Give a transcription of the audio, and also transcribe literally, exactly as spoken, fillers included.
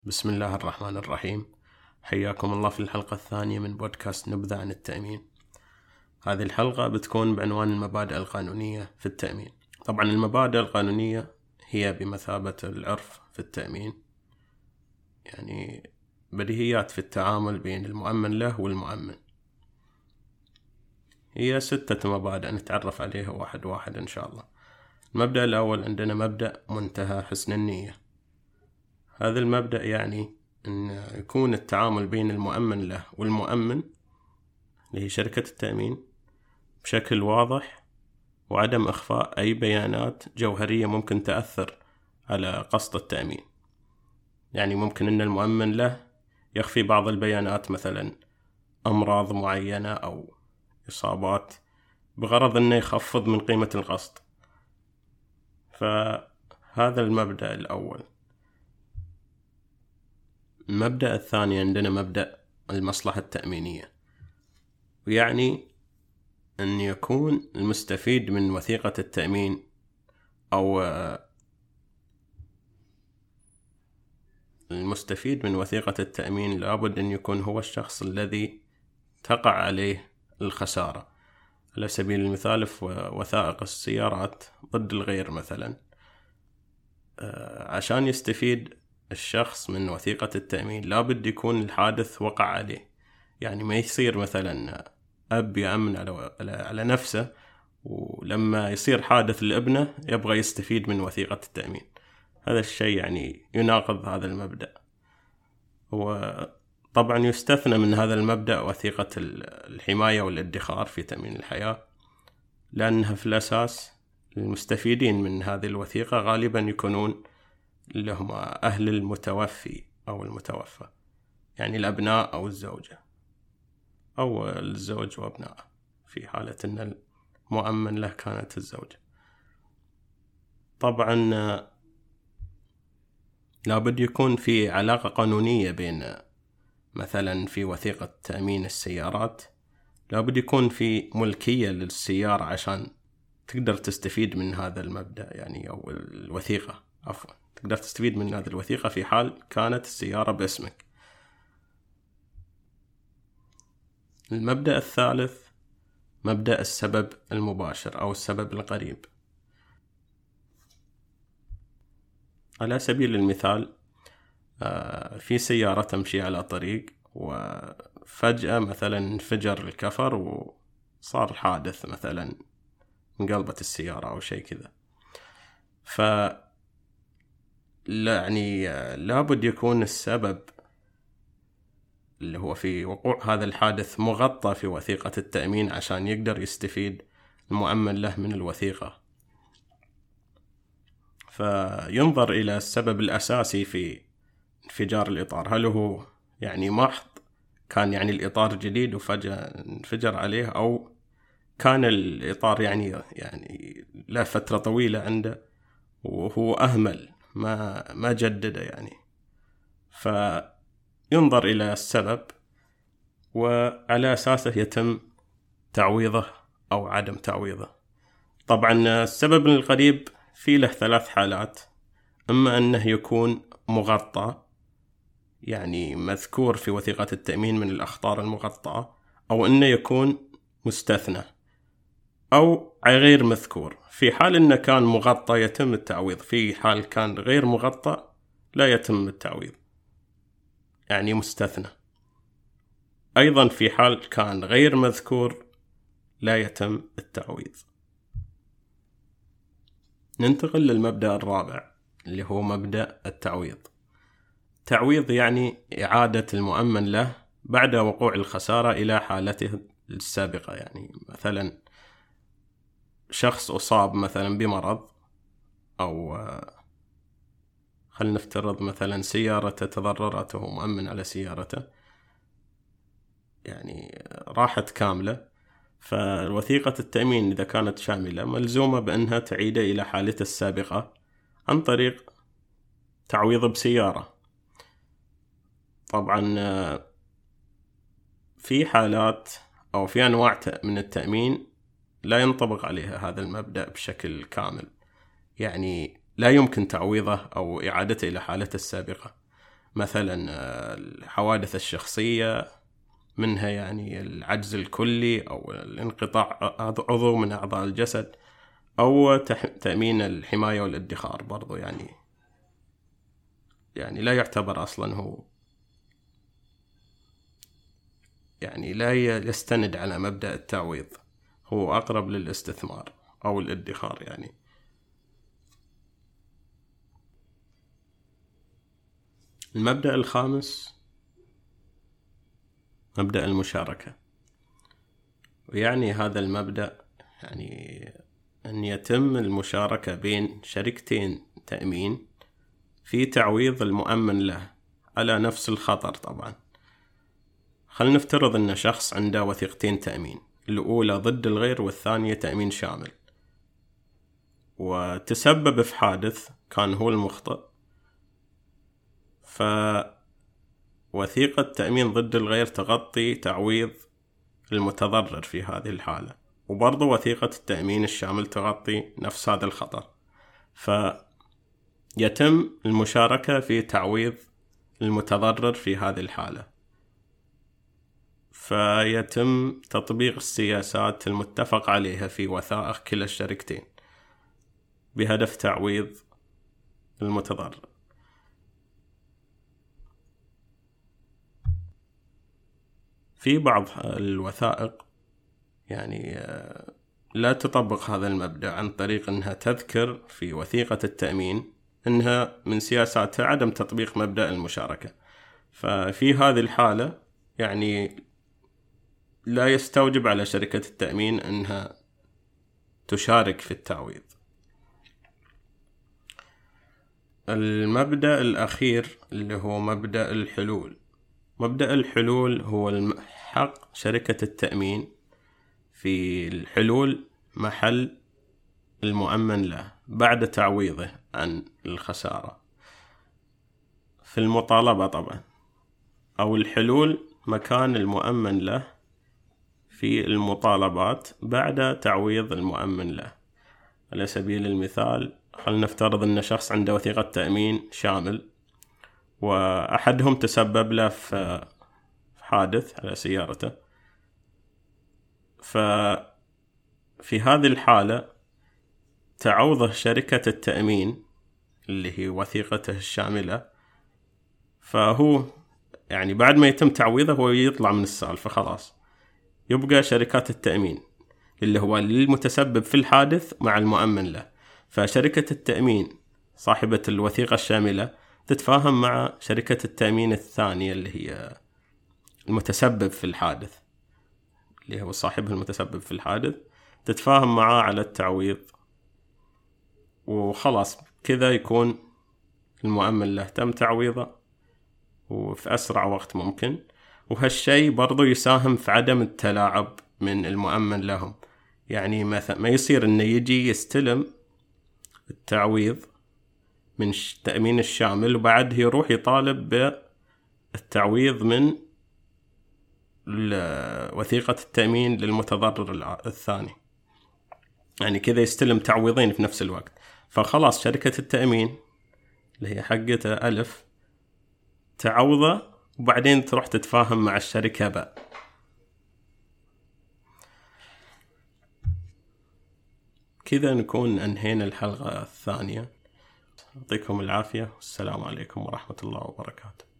بسم الله الرحمن الرحيم. حياكم الله في الحلقة الثانية من بودكاست نبذة عن التأمين. هذه الحلقة بتكون بعنوان المبادئ القانونية في التأمين. طبعا المبادئ القانونية هي بمثابة العرف في التأمين، يعني بديهيات في التعامل بين المؤمن له والمؤمن. هي ستة مبادئ نتعرف عليها واحد واحد إن شاء الله. المبدأ الأول عندنا مبدأ منتهى حسن النية. هذا المبدأ يعني أن يكون التعامل بين المؤمن له والمؤمن اللي هي شركة التأمين بشكل واضح، وعدم إخفاء أي بيانات جوهرية ممكن تأثر على قصد التأمين. يعني ممكن أن المؤمن له يخفي بعض البيانات، مثلا أمراض معينة أو إصابات، بغرض أنه يخفض من قيمة القصد. فهذا المبدأ الأول. المبدأ الثاني عندنا مبدأ المصلحة التأمينية، ويعني أن يكون المستفيد من وثيقة التأمين أو المستفيد من وثيقة التأمين لابد أن يكون هو الشخص الذي تقع عليه الخسارة. على سبيل المثال في وثائق السيارات ضد الغير مثلا، عشان يستفيد الشخص من وثيقة التأمين لابد يكون الحادث وقع عليه. يعني ما يصير مثلا أب يأمن على على نفسه، ولما يصير حادث لابنه يبغى يستفيد من وثيقة التأمين. هذا الشيء يعني يناقض هذا المبدأ. وطبعا يستثنى من هذا المبدأ وثيقة الحماية والادخار في تأمين الحياة، لأنها في الأساس المستفيدين من هذه الوثيقة غالبا يكونون اللي هم أهل المتوفي أو المتوفى، يعني الأبناء أو الزوجة أو الزوج وأبنائه، في حالة أن المؤمن له كانت الزوجة. طبعا لابد يكون في علاقة قانونية بين، مثلا في وثيقة تأمين السيارات لابد يكون في ملكية للسيارة عشان تقدر تستفيد من هذا المبدأ، يعني أو الوثيقة عفوا تقدر تستفيد من هذه الوثيقة في حال كانت السيارة باسمك. المبدأ الثالث مبدأ السبب المباشر أو السبب القريب. على سبيل المثال في سيارة تمشي على طريق وفجأة مثلا انفجر الكفر وصار حادث، مثلا انقلبت السيارة أو شيء كذا. ف لا يعني لابد يكون السبب اللي هو في وقوع هذا الحادث مغطى في وثيقة التأمين عشان يقدر يستفيد المؤمن له من الوثيقة. فينظر إلى السبب الأساسي في انفجار الإطار، هل هو يعني محض كان يعني الإطار جديد وفجأة انفجر عليه، أو كان الإطار يعني يعني له فترة طويلة عنده وهو أهمل ما ما جدده يعني. فينظر إلى السبب وعلى أساسه يتم تعويضه أو عدم تعويضه. طبعا السبب القريب في له ثلاث حالات: إما أنه يكون مغطى، يعني مذكور في وثيقة التأمين من الأخطار المغطاة، أو أنه يكون مستثنى، أو غير مذكور. في حال أنه كان مغطى يتم التعويض، في حال كان غير مغطى لا يتم التعويض، يعني مستثنى. أيضا في حال كان غير مذكور لا يتم التعويض. ننتقل للمبدأ الرابع اللي هو مبدأ التعويض. تعويض يعني إعادة المؤمن له بعد وقوع الخسارة إلى حالته السابقة. يعني مثلا شخص أصاب مثلا بمرض، أو خلينا نفترض مثلا سيارته تضررت وهو مؤمن على سيارته، يعني راحت كاملة. فوثيقة التأمين إذا كانت شاملة ملزومة بأنها تعيده إلى حالته السابقة عن طريق تعويض بسيارة. طبعا في حالات أو في أنواع من التأمين لا ينطبق عليها هذا المبدأ بشكل كامل، يعني لا يمكن تعويضه أو إعادته إلى حالته السابقة. مثلا الحوادث الشخصية، منها يعني العجز الكلي أو الانقطاع عضو من أعضاء الجسد، أو تأمين الحماية والادخار برضو يعني يعني لا يعتبر أصلا هو يعني لا يستند على مبدأ التعويض، هو أقرب للاستثمار أو الادخار يعني. المبدأ الخامس مبدأ المشاركة، ويعني هذا المبدأ يعني أن يتم المشاركة بين شركتين تأمين في تعويض المؤمن له على نفس الخطر. طبعا خلينا نفترض أن شخص عنده وثيقتين تأمين، الأولى ضد الغير والثانية تأمين شامل، وتسبب في حادث كان هو المخطئ، فوثيقة تأمين ضد الغير تغطي تعويض المتضرر في هذه الحالة، وبرضه وثيقة التأمين الشامل تغطي نفس هذا الخطر، فيتم المشاركة في تعويض المتضرر في هذه الحالة، فيتم تطبيق السياسات المتفق عليها في وثائق كلا الشركتين بهدف تعويض المتضرر. في بعض الوثائق يعني لا تطبق هذا المبدأ عن طريق أنها تذكر في وثيقة التأمين أنها من سياساتها عدم تطبيق مبدأ المشاركة، ففي هذه الحالة يعني لا يستوجب على شركة التأمين أنها تشارك في التعويض. المبدأ الأخير اللي هو مبدأ الحلول. مبدأ الحلول هو حق شركة التأمين في الحلول محل المؤمن له بعد تعويضه عن الخسارة في المطالبة طبعا، أو الحلول مكان المؤمن له في المطالبات بعد تعويض المؤمن له. على سبيل المثال خلينا نفترض أن شخص عنده وثيقة تأمين شامل، وأحدهم تسبب له في حادث على سيارته، ففي هذه الحالة تعوضه شركة التأمين اللي هي وثيقته الشاملة، فهو يعني بعد ما يتم تعويضه هو يطلع من السالفة خلاص، يبقى شركات التأمين اللي هو المتسبب في الحادث مع المؤمن له، فشركة التأمين صاحبة الوثيقة الشاملة تتفاهم مع شركة التأمين الثانية اللي هي المتسبب في الحادث، اللي هو صاحبها المتسبب في الحادث، تتفاهم معاه على التعويض، وخلاص كذا يكون المؤمن له تم تعويضه وفي أسرع وقت ممكن. وهالشي برضو يساهم في عدم التلاعب من المؤمن لهم، يعني مثلا ما يصير إنه يجي يستلم التعويض من التأمين الشامل وبعد يروح يطالب بالتعويض من وثيقة التأمين للمتضرر الثاني، يعني كذا يستلم تعويضين في نفس الوقت. فخلاص شركة التأمين اللي هي حقته ألف تعوضه وبعدين تروح تتفاهم مع الشركة باء. كذا نكون أنهينا الحلقة الثانية. يعطيكم العافية والسلام عليكم ورحمة الله وبركاته.